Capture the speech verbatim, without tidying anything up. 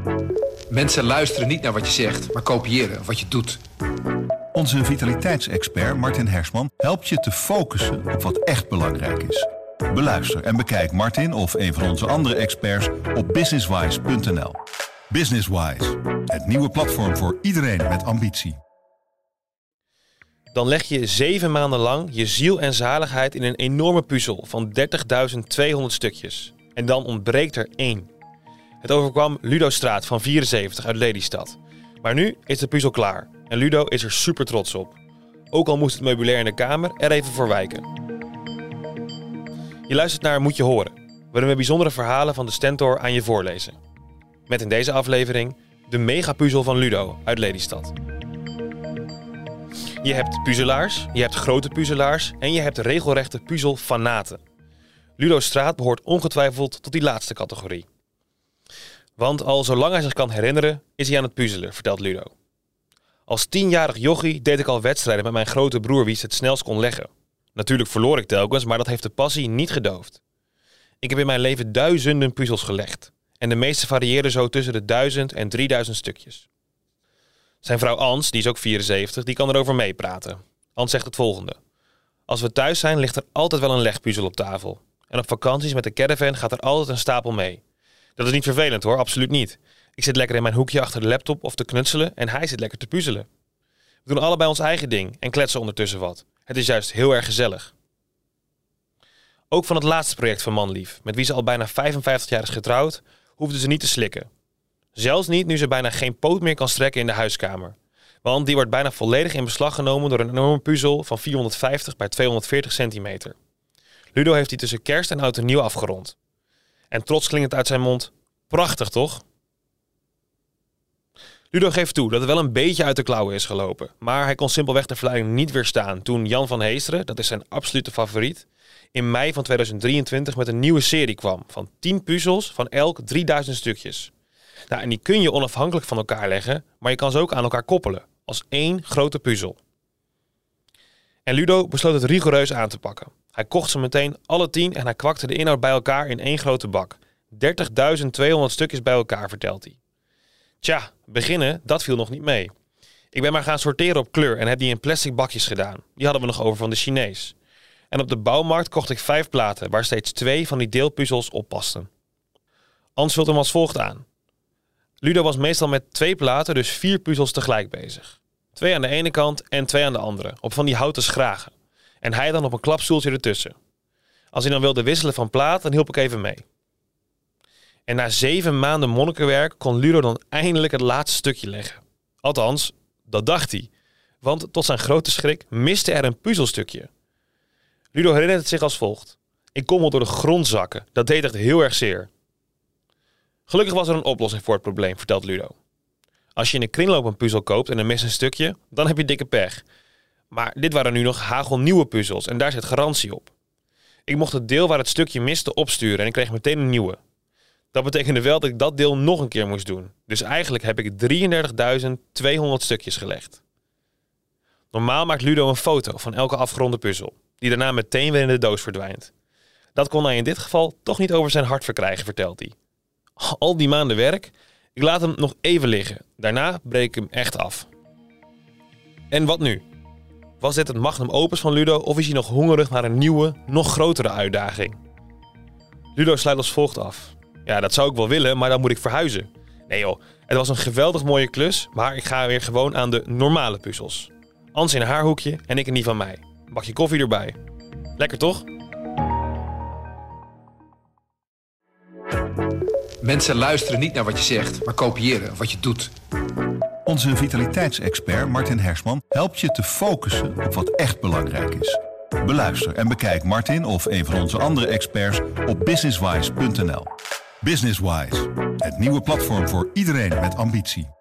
Mensen luisteren niet naar wat je zegt, maar kopiëren wat je doet. Onze vitaliteitsexpert Martin Hersman helpt je te focussen op wat echt belangrijk is. Beluister en bekijk Martin of een van onze andere experts op businesswise punt n l. Businesswise, het nieuwe platform voor iedereen met ambitie. Dan leg je zeven maanden lang je ziel en zaligheid in een enorme puzzel van dertigduizend tweehonderd stukjes. En dan ontbreekt er één. Het overkwam Ludo Straat van vierenzeventig uit Lelystad. Maar nu is de puzzel klaar en Ludo is er super trots op. Ook al moest het meubilair in de kamer er even voor wijken. Je luistert naar Moet je horen, waarin we bijzondere verhalen van de Stentor aan je voorlezen. Met in deze aflevering de megapuzzel van Ludo uit Lelystad. Je hebt puzzelaars, je hebt grote puzzelaars en je hebt regelrechte puzzelfanaten. Ludo Straat behoort ongetwijfeld tot die laatste categorie. Want al zolang hij zich kan herinneren is hij aan het puzzelen, vertelt Ludo. Als tienjarig jochie deed ik al wedstrijden met mijn grote broer wie het snelst kon leggen. Natuurlijk verloor ik telkens, maar dat heeft de passie niet gedoofd. Ik heb in mijn leven duizenden puzzels gelegd. En de meeste varieerden zo tussen de duizend en drieduizend stukjes. Zijn vrouw Ans, die is ook vierenzeventig, die kan erover meepraten. Ans zegt het volgende. Als we thuis zijn ligt er altijd wel een legpuzzel op tafel. En op vakanties met de caravan gaat er altijd een stapel mee. Dat is niet vervelend hoor, absoluut niet. Ik zit lekker in mijn hoekje achter de laptop of te knutselen en hij zit lekker te puzzelen. We doen allebei ons eigen ding en kletsen ondertussen wat. Het is juist heel erg gezellig. Ook van het laatste project van Manlief, met wie ze al bijna vijfenvijftig jaar is getrouwd, hoefde ze niet te slikken. Zelfs niet nu ze bijna geen poot meer kan strekken in de huiskamer. Want die wordt bijna volledig in beslag genomen door een enorme puzzel van vierhonderdvijftig bij tweehonderdveertig centimeter. Ludo heeft die tussen kerst en oud en nieuw afgerond. En trots klinkt het uit zijn mond, prachtig toch? Ludo geeft toe dat het wel een beetje uit de klauwen is gelopen. Maar hij kon simpelweg de verleiding niet weerstaan toen Jan van Heesteren, dat is zijn absolute favoriet, in mei van tweeduizend drieëntwintig met een nieuwe serie kwam van tien puzzels van elk drieduizend stukjes. Nou, en die kun je onafhankelijk van elkaar leggen, maar je kan ze ook aan elkaar koppelen, als één grote puzzel. En Ludo besloot het rigoureus aan te pakken. Hij kocht ze meteen alle tien en hij kwakte de inhoud bij elkaar in één grote bak. dertigduizend tweehonderd stukjes bij elkaar, vertelt hij. Tja, beginnen, dat viel nog niet mee. Ik ben maar gaan sorteren op kleur en heb die in plastic bakjes gedaan. Die hadden we nog over van de Chinees. En op de bouwmarkt kocht ik vijf platen, waar steeds twee van die deelpuzzels op pasten. Ans vult hem als volgt aan. Ludo was meestal met twee platen, dus vier puzzels tegelijk bezig. Twee aan de ene kant en twee aan de andere, op van die houten schragen. En hij dan op een klapstoeltje ertussen. Als hij dan wilde wisselen van plaat, dan hielp ik even mee. En na zeven maanden monnikenwerk kon Ludo dan eindelijk het laatste stukje leggen. Althans, dat dacht hij. Want tot zijn grote schrik miste er een puzzelstukje. Ludo herinnert het zich als volgt. Ik kon wel door de grond zakken. Dat deed echt heel erg zeer. Gelukkig was er een oplossing voor het probleem, vertelt Ludo. Als je in een kringloop een puzzel koopt en er mist een stukje, dan heb je dikke pech. Maar dit waren nu nog hagelnieuwe puzzels en daar zit garantie op. Ik mocht het deel waar het stukje miste opsturen en ik kreeg meteen een nieuwe. Dat betekende wel dat ik dat deel nog een keer moest doen. Dus eigenlijk heb ik drieëndertigduizend tweehonderd stukjes gelegd. Normaal maakt Ludo een foto van elke afgeronde puzzel, die daarna meteen weer in de doos verdwijnt. Dat kon hij in dit geval toch niet over zijn hart verkrijgen, vertelt hij. Al die maanden werk, ik laat hem nog even liggen. Daarna breek ik hem echt af. En wat nu? Was dit het magnum opus van Ludo of is hij nog hongerig naar een nieuwe, nog grotere uitdaging? Ludo sluit als volgt af. Ja, dat zou ik wel willen, maar dan moet ik verhuizen. Nee joh, het was een geweldig mooie klus, maar ik ga weer gewoon aan de normale puzzels. Ans in haar hoekje en ik in die van mij. Een bakje koffie erbij. Lekker toch? Mensen luisteren niet naar wat je zegt, maar kopiëren wat je doet. Onze vitaliteitsexpert Martin Hersman helpt je te focussen op wat echt belangrijk is. Beluister en bekijk Martin of een van onze andere experts op businesswise punt n l. Businesswise, het nieuwe platform voor iedereen met ambitie.